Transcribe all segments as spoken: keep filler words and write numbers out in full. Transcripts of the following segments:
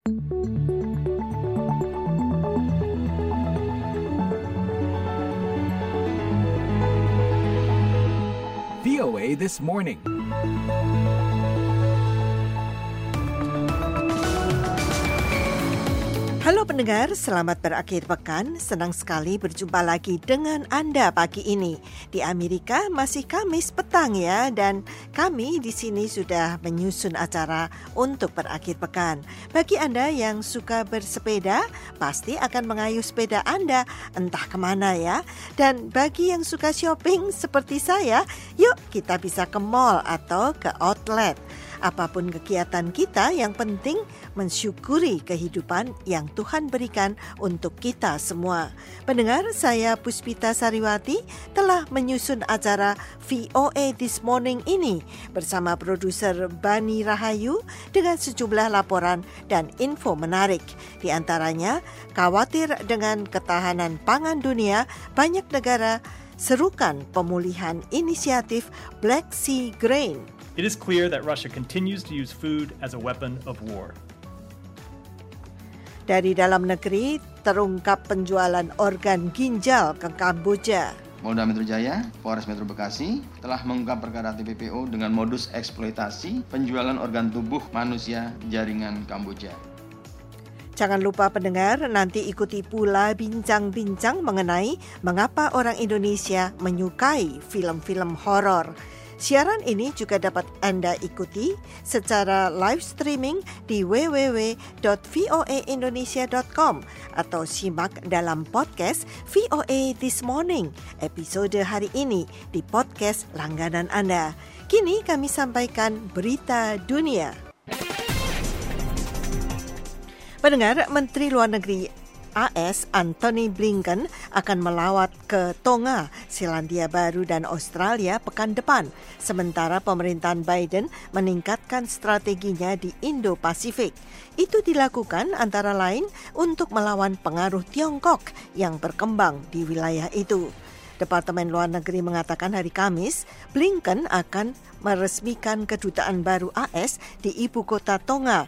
V O A This Morning. Halo pendengar, selamat berakhir pekan. Senang sekali berjumpa lagi dengan Anda pagi ini. Di Amerika masih Kamis petang ya, dan kami di sini sudah menyusun acara untuk berakhir pekan. Bagi Anda yang suka bersepeda, pasti akan mengayuh sepeda Anda entah kemana ya. Dan bagi yang suka shopping seperti saya, yuk kita bisa ke mall atau ke outlet. Apapun kegiatan kita, yang penting mensyukuri kehidupan yang Tuhan berikan untuk kita semua. Pendengar, saya Puspita Sariwati telah menyusun acara V O A This Morning ini bersama produser Bani Rahayu dengan sejumlah laporan dan info menarik. Di antaranya, khawatir dengan ketahanan pangan dunia, banyak negara serukan pemulihan inisiatif Black Sea Grain. It is clear that Russia continues to use food as a weapon of war. Dari dalam negeri, terungkap penjualan organ ginjal ke Kamboja. Polda Metro Jaya, Polres Metro Bekasi telah mengungkap perkara T P P O dengan modus eksploitasi penjualan organ tubuh manusia jaringan Kamboja. Jangan lupa pendengar, nanti ikuti pula bincang-bincang mengenai mengapa orang Indonesia menyukai film-film horor. Siaran ini juga dapat Anda ikuti secara live streaming di w w w dot v o a indonesia dot com atau simak dalam podcast V O A This Morning episode hari ini di podcast langganan Anda. Kini kami sampaikan berita dunia. Pendengar, Menteri Luar Negeri A S Antony Blinken akan melawat ke Tonga, Selandia Baru dan Australia pekan depan, sementara pemerintahan Biden meningkatkan strateginya di Indo-Pasifik. Itu dilakukan antara lain untuk melawan pengaruh Tiongkok yang berkembang di wilayah itu. Departemen Luar Negeri mengatakan hari Kamis, Blinken akan meresmikan kedutaan baru A S di ibu kota Tonga,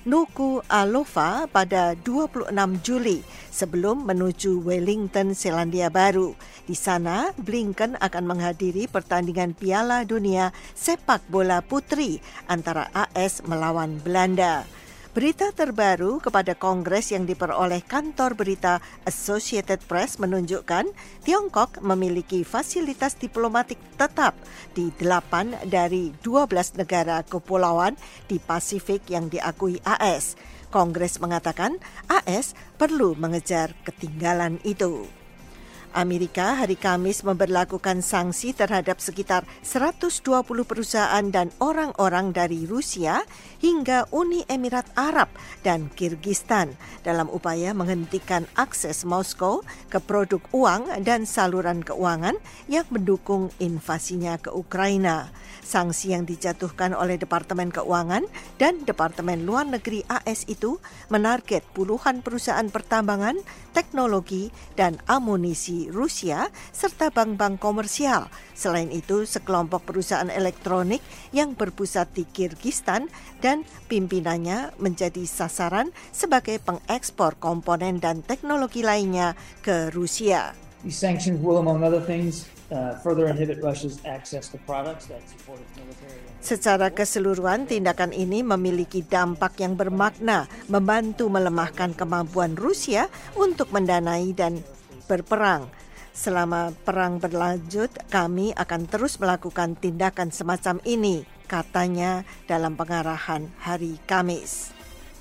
Nuku'alofa pada dua puluh enam Juli sebelum menuju Wellington, Selandia Baru. Di sana, Blinken akan menghadiri pertandingan Piala Dunia sepak bola putri antara A S melawan Belanda. Berita terbaru kepada Kongres yang diperoleh kantor berita Associated Press menunjukkan Tiongkok memiliki fasilitas diplomatik tetap di delapan dari dua belas negara kepulauan di Pasifik yang diakui A S. Kongres mengatakan A S perlu mengejar ketinggalan itu. Amerika hari Kamis memberlakukan sanksi terhadap sekitar seratus dua puluh perusahaan dan orang-orang dari Rusia hingga Uni Emirat Arab dan Kirgistan dalam upaya menghentikan akses Moskow ke produk uang dan saluran keuangan yang mendukung invasinya ke Ukraina. Sanksi yang dijatuhkan oleh Departemen Keuangan dan Departemen Luar Negeri A S itu menarget puluhan perusahaan pertambangan, teknologi, dan amunisi Rusia serta bank-bank komersial. Selain itu, sekelompok perusahaan elektronik yang berpusat di Kirgistan dan pimpinannya menjadi sasaran sebagai pengekspor komponen dan teknologi lainnya ke Rusia. These sanctions will, among other things, uh, further inhibit Russia's access to products that support its military. Secara keseluruhan, tindakan ini memiliki dampak yang bermakna, membantu melemahkan kemampuan Rusia untuk mendanai dan berperang. Selama perang berlanjut, kami akan terus melakukan tindakan semacam ini, katanya dalam pengarahan hari Kamis.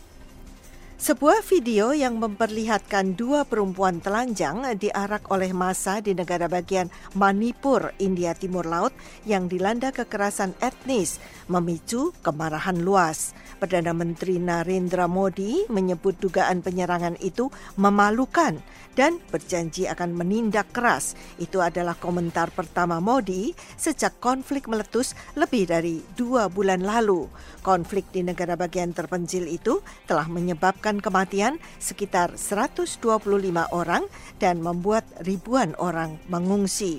Sebuah video yang memperlihatkan dua perempuan telanjang diarak oleh massa di negara bagian Manipur, India Timur Laut yang dilanda kekerasan etnis memicu kemarahan luas. Perdana Menteri Narendra Modi menyebut dugaan penyerangan itu memalukan dan berjanji akan menindak keras. Itu adalah komentar pertama Modi sejak konflik meletus lebih dari dua bulan lalu. Konflik di negara bagian terpencil itu telah menyebabkan kematian sekitar seratus dua puluh lima orang dan membuat ribuan orang mengungsi.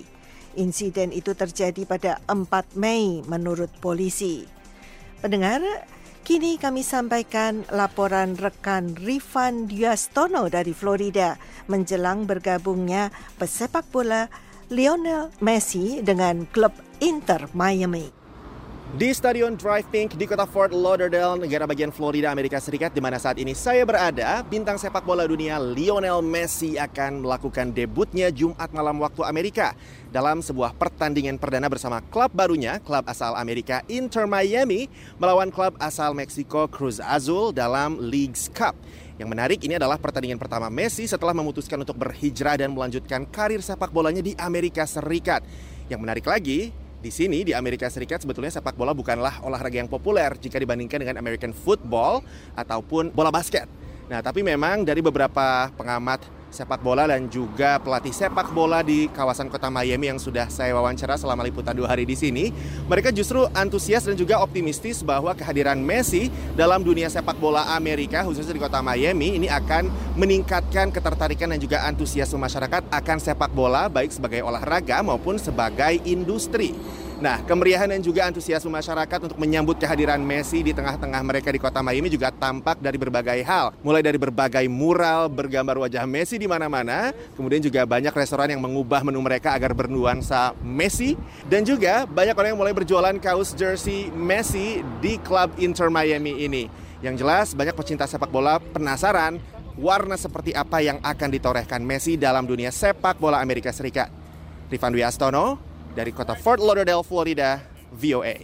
Insiden itu terjadi pada empat Mei menurut polisi. Pendengar, Kini kami sampaikan laporan rekan Rifan Duastono dari Florida menjelang bergabungnya pesepak bola Lionel Messi dengan klub Inter Miami. Di Stadion Drive Pink di kota Fort Lauderdale, negara bagian Florida, Amerika Serikat, di mana saat ini saya berada, bintang sepak bola dunia Lionel Messi akan melakukan debutnya Jumat malam waktu Amerika dalam sebuah pertandingan perdana bersama klub barunya, klub asal Amerika Inter Miami, melawan klub asal Meksiko Cruz Azul dalam Leagues Cup. Yang menarik ini adalah pertandingan pertama Messi setelah memutuskan untuk berhijrah dan melanjutkan karir sepak bolanya di Amerika Serikat. Yang menarik lagi, di sini di Amerika Serikat sebetulnya sepak bola bukanlah olahraga yang populer jika dibandingkan dengan American football ataupun bola basket. Nah, tapi memang dari beberapa pengamat sepak bola dan juga pelatih sepak bola di kawasan kota Miami yang sudah saya wawancara selama liputan dua hari di sini, mereka justru antusias dan juga optimistis bahwa kehadiran Messi dalam dunia sepak bola Amerika, khususnya di kota Miami, ini akan meningkatkan ketertarikan dan juga antusiasme masyarakat akan sepak bola, baik sebagai olahraga maupun sebagai industri. Nah, kemeriahan dan juga antusiasme masyarakat untuk menyambut kehadiran Messi di tengah-tengah mereka di kota Miami juga tampak dari berbagai hal. Mulai dari berbagai mural bergambar wajah Messi di mana-mana, kemudian juga banyak restoran yang mengubah menu mereka agar bernuansa Messi, dan juga banyak orang yang mulai berjualan kaos jersey Messi di klub Inter Miami ini. Yang jelas, banyak pecinta sepak bola penasaran warna seperti apa yang akan ditorehkan Messi dalam dunia sepak bola Amerika Serikat. Rifan Duastono dari kota Fort Lauderdale, Florida, V O A.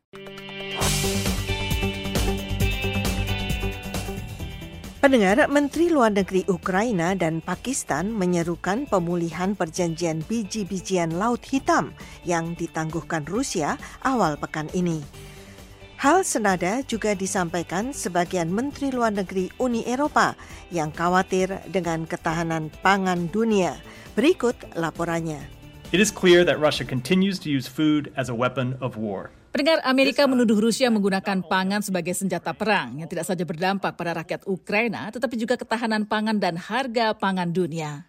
Pendengar, Menteri Luar Negeri Ukraina dan Pakistan menyerukan pemulihan perjanjian biji-bijian Laut Hitam yang ditangguhkan Rusia awal pekan ini. Hal senada juga disampaikan sebagian Menteri Luar Negeri Uni Eropa yang khawatir dengan ketahanan pangan dunia. Berikut laporannya. It is clear that Russia continues to use food as a weapon of war. Pendengar, Amerika menuduh Rusia menggunakan pangan sebagai senjata perang yang tidak saja berdampak pada rakyat Ukraina, tetapi juga ketahanan pangan dan harga pangan dunia.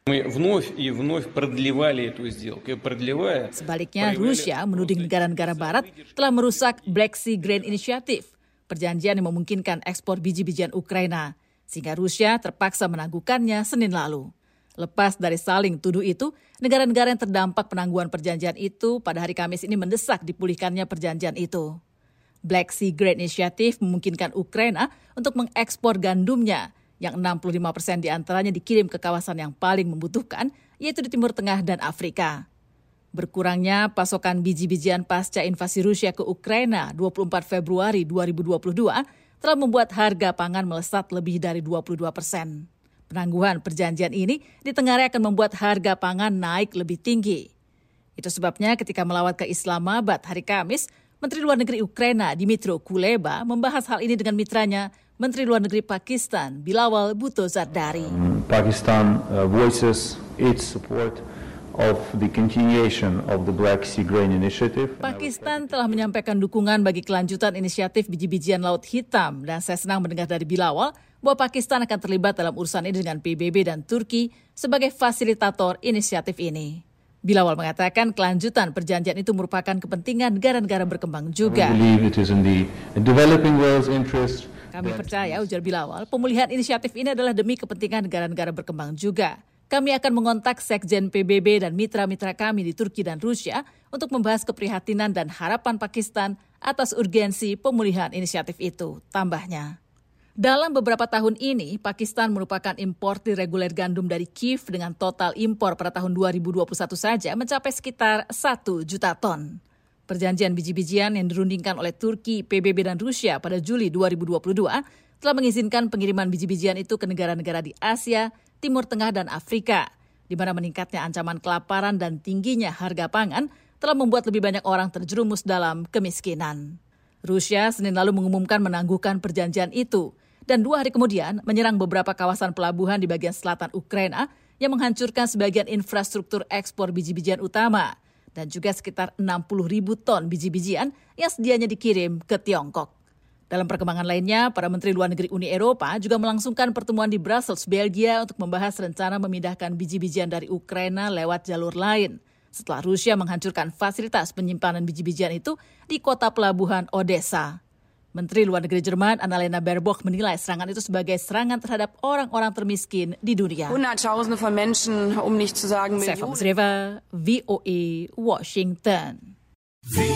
Sebaliknya, Rusia menuding negara-negara Barat telah merusak Black Sea Grain Initiative, perjanjian yang memungkinkan ekspor biji-bijian Ukraina, sehingga Rusia terpaksa menangguhkannya Senin lalu. Lepas dari saling tuduh itu, negara-negara yang terdampak penangguhan perjanjian itu pada hari Kamis ini mendesak dipulihkannya perjanjian itu. Black Sea Grain Initiative memungkinkan Ukraina untuk mengekspor gandumnya, yang enam puluh lima persen diantaranya dikirim ke kawasan yang paling membutuhkan, yaitu di Timur Tengah dan Afrika. Berkurangnya pasokan biji-bijian pasca invasi Rusia ke Ukraina dua puluh empat Februari dua ribu dua puluh dua telah membuat harga pangan melesat lebih dari dua puluh dua persen. Penangguhan perjanjian ini ditengarai akan membuat harga pangan naik lebih tinggi. Itu sebabnya ketika melawat ke Islamabad hari Kamis, Menteri Luar Negeri Ukraina Dmytro Kuleba membahas hal ini dengan mitranya, Menteri Luar Negeri Pakistan Bilawal Bhutto Zardari. Pakistan uh, voices its support of the continuation of the Black Sea Grain Initiative. Pakistan telah menyampaikan dukungan bagi kelanjutan inisiatif biji-bijian Laut Hitam, dan saya senang mendengar dari Bilawal bahwa Pakistan akan terlibat dalam urusan ini dengan P B B dan Turki sebagai fasilitator inisiatif ini. Bilawal mengatakan kelanjutan perjanjian itu merupakan kepentingan negara-negara berkembang juga. Kami percaya, ujar Bilawal, pemulihan inisiatif ini adalah demi kepentingan negara-negara berkembang juga. Kami akan mengontak Sekjen P B B dan mitra-mitra kami di Turki dan Rusia untuk membahas keprihatinan dan harapan Pakistan atas urgensi pemulihan inisiatif itu, tambahnya. Dalam beberapa tahun ini, Pakistan merupakan importir reguler gandum dari Kiev dengan total impor pada tahun dua ribu dua puluh satu saja mencapai sekitar satu juta ton. Perjanjian biji-bijian yang dirundingkan oleh Turki, P B B dan Rusia pada Juli dua ribu dua puluh dua telah mengizinkan pengiriman biji-bijian itu ke negara-negara di Asia, Timur Tengah dan Afrika, di mana meningkatnya ancaman kelaparan dan tingginya harga pangan telah membuat lebih banyak orang terjerumus dalam kemiskinan. Rusia Senin lalu mengumumkan menangguhkan perjanjian itu, dan dua hari kemudian menyerang beberapa kawasan pelabuhan di bagian selatan Ukraina yang menghancurkan sebagian infrastruktur ekspor biji-bijian utama dan juga sekitar enam puluh ribu ton biji-bijian yang sedianya dikirim ke Tiongkok. Dalam perkembangan lainnya, para Menteri Luar Negeri Uni Eropa juga melangsungkan pertemuan di Brussels, Belgia untuk membahas rencana memindahkan biji-bijian dari Ukraina lewat jalur lain setelah Rusia menghancurkan fasilitas penyimpanan biji-bijian itu di kota pelabuhan Odessa. Menteri Luar Negeri Jerman Annalena Baerbock menilai serangan itu sebagai serangan terhadap orang-orang termiskin di dunia. Hunderttausende von Menschen, um nicht zu sagen Millionen. Millionen. V O A, Washington. The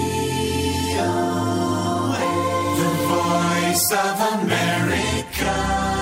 Voice of America.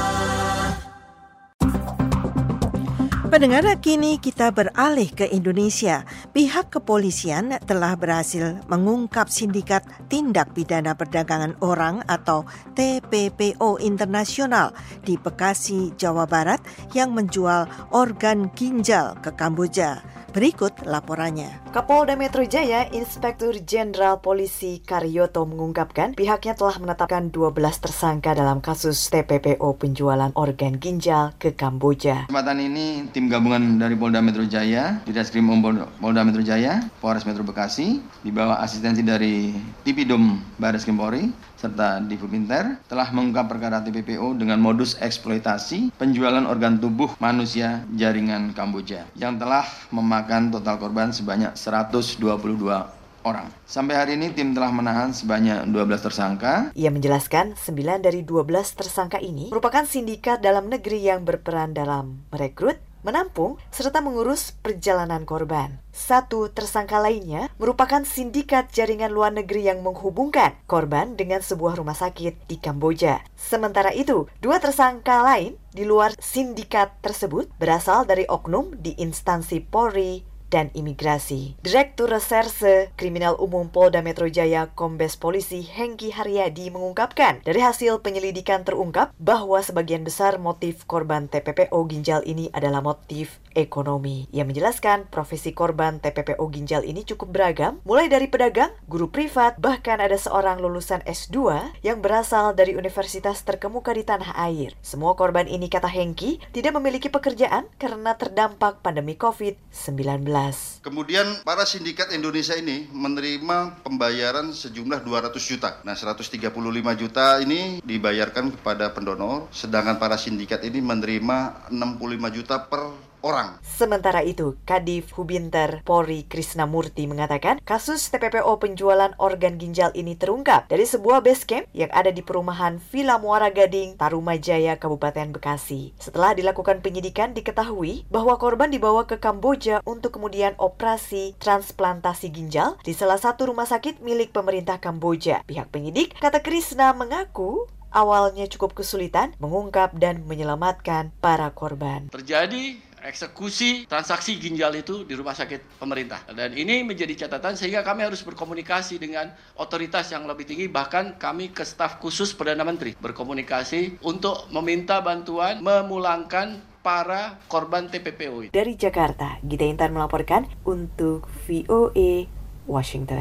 Pendengar, kini kita beralih ke Indonesia. Pihak kepolisian telah berhasil mengungkap sindikat tindak pidana perdagangan orang atau T P P O internasional di Bekasi, Jawa Barat yang menjual organ ginjal ke Kamboja. Berikut laporannya. Kapolda Metro Jaya, Inspektur Jenderal Polisi Karyoto mengungkapkan pihaknya telah menetapkan dua belas tersangka dalam kasus T P P O penjualan organ ginjal ke Kamboja. Kesempatan ini tim gabungan dari Polda Metro Jaya, Ditreskrim Polda Metro Jaya, Polres Metro Bekasi, di bawah asistensi dari Tipidum Baris Krim Polri, serta Divubinter telah mengungkap perkara T P P O dengan modus eksploitasi penjualan organ tubuh manusia jaringan Kamboja yang telah memakan total korban sebanyak seratus dua puluh dua orang. Sampai hari ini tim telah menahan sebanyak dua belas tersangka. Ia menjelaskan sembilan dari dua belas tersangka ini merupakan sindikat dalam negeri yang berperan dalam merekrut, menampung, serta mengurus perjalanan korban. Satu tersangka lainnya merupakan sindikat jaringan luar negeri yang menghubungkan korban dengan sebuah rumah sakit di Kamboja. Sementara itu, dua tersangka lain di luar sindikat tersebut berasal dari oknum di instansi Polri dan Imigrasi. Direktur Reserse Kriminal Umum Polda Metro Jaya, Kombes Polisi Hengki Haryadi mengungkapkan, dari hasil penyelidikan terungkap bahwa sebagian besar motif korban T P P O ginjal ini adalah motif ekonomi. Ia menjelaskan profesi korban T P P O ginjal ini cukup beragam, mulai dari pedagang, guru privat, bahkan ada seorang lulusan S dua yang berasal dari universitas terkemuka di tanah air. Semua korban ini, kata Hengki, tidak memiliki pekerjaan karena terdampak pandemi covid sembilan belas. Kemudian para sindikat Indonesia ini menerima pembayaran sejumlah dua ratus juta. Nah, seratus tiga puluh lima juta ini dibayarkan kepada pendonor, sedangkan para sindikat ini menerima enam puluh lima juta per orang. Sementara itu, Kadif Hubinter Polri Krisnamurti mengatakan kasus T P P O penjualan organ ginjal ini terungkap dari sebuah base camp yang ada di perumahan Villa Muara Gading, Tarumajaya, Kabupaten Bekasi. Setelah dilakukan penyidikan, diketahui bahwa korban dibawa ke Kamboja untuk kemudian operasi transplantasi ginjal di salah satu rumah sakit milik pemerintah Kamboja. Pihak penyidik, kata Krisna, mengaku awalnya cukup kesulitan mengungkap dan menyelamatkan para korban. Terjadi eksekusi transaksi ginjal itu di rumah sakit pemerintah. Dan ini menjadi catatan sehingga kami harus berkomunikasi dengan otoritas yang lebih tinggi, bahkan kami ke staf khusus Perdana Menteri berkomunikasi untuk meminta bantuan memulangkan para korban T P P O. Dari Jakarta, Gita Intan melaporkan untuk V O A Washington.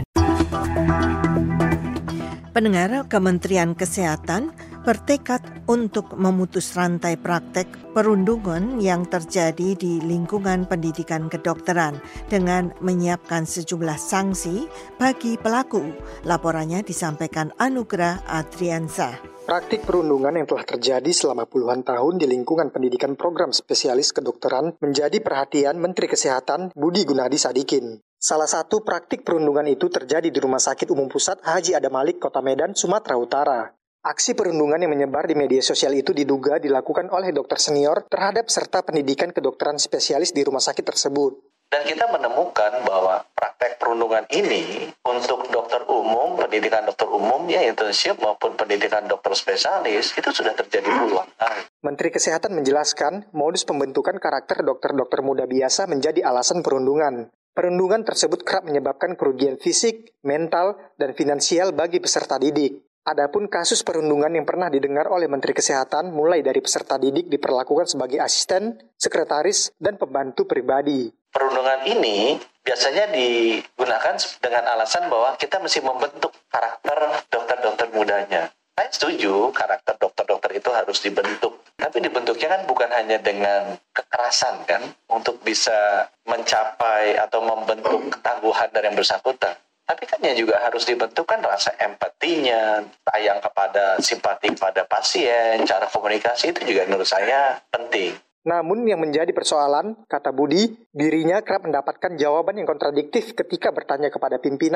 Pendengar, Kementerian Kesehatan bertekad untuk memutus rantai praktek perundungan yang terjadi di lingkungan pendidikan kedokteran dengan menyiapkan sejumlah sanksi bagi pelaku. Laporannya disampaikan Anugrah Adriansa. Praktik perundungan yang telah terjadi selama puluhan tahun di lingkungan pendidikan program spesialis kedokteran menjadi perhatian Menteri Kesehatan Budi Gunadi Sadikin. Salah satu praktik perundungan itu terjadi di Rumah Sakit Umum Pusat Haji Adam Malik, Kota Medan, Sumatera Utara. Aksi perundungan yang menyebar di media sosial itu diduga dilakukan oleh dokter senior terhadap peserta pendidikan kedokteran spesialis di rumah sakit tersebut. Dan kita menemukan bahwa praktek perundungan ini untuk dokter umum, pendidikan dokter umum, ya internship maupun pendidikan dokter spesialis, itu sudah terjadi puluhan tahun. Menteri Kesehatan menjelaskan modus pembentukan karakter dokter-dokter muda biasa menjadi alasan perundungan. Perundungan tersebut kerap menyebabkan kerugian fisik, mental, dan finansial bagi peserta didik. Adapun kasus perundungan yang pernah didengar oleh Menteri Kesehatan mulai dari peserta didik diperlakukan sebagai asisten, sekretaris, dan pembantu pribadi. Perundungan ini biasanya digunakan dengan alasan bahwa kita mesti membentuk karakter dokter-dokter mudanya. Saya setuju karakter dokter-dokter itu harus dibentuk. Tapi dibentuknya kan bukan hanya dengan kekerasan kan, untuk bisa mencapai atau membentuk ketangguhan dari yang bersangkutan. Tapi kan ya juga harus dibentukkan rasa empatinya, sayang kepada simpati kepada pasien, cara komunikasi itu juga menurut saya penting. Namun yang menjadi persoalan, kata Budi, dirinya kerap mendapatkan jawaban yang kontradiktif ketika bertanya kepada pimpinan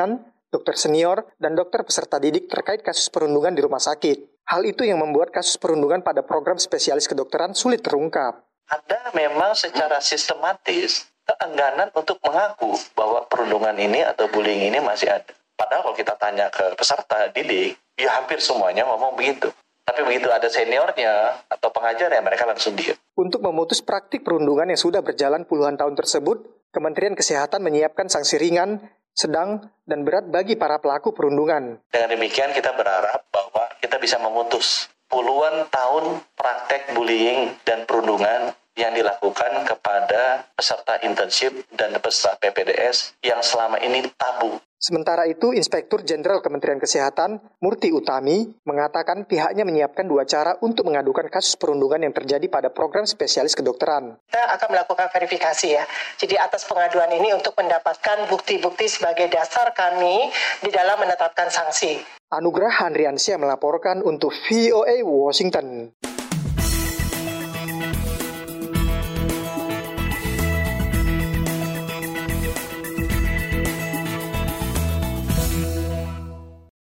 dokter senior, dan dokter peserta didik terkait kasus perundungan di rumah sakit. Hal itu yang membuat kasus perundungan pada program spesialis kedokteran sulit terungkap. Ada memang secara sistematis keengganan untuk mengaku bahwa perundungan ini atau bullying ini masih ada. Padahal kalau kita tanya ke peserta didik, ya hampir semuanya ngomong begitu. Tapi begitu ada seniornya atau pengajarnya, mereka langsung diam. Untuk memutus praktik perundungan yang sudah berjalan puluhan tahun tersebut, Kementerian Kesehatan menyiapkan sanksi ringan, sedang, dan berat bagi para pelaku perundungan. Dengan demikian kita berharap bahwa kita bisa memutus puluhan tahun praktek bullying dan perundungan yang dilakukan kepada peserta internship dan peserta P P D S yang selama ini tabu. Sementara itu, Inspektur Jenderal Kementerian Kesehatan, Murti Utami, mengatakan pihaknya menyiapkan dua cara untuk mengadukan kasus perundungan yang terjadi pada program spesialis kedokteran. Kita akan melakukan verifikasi ya. Jadi atas pengaduan ini untuk mendapatkan bukti-bukti sebagai dasar kami di dalam menetapkan sanksi. Anugrah Handriansyah melaporkan untuk V O A Washington.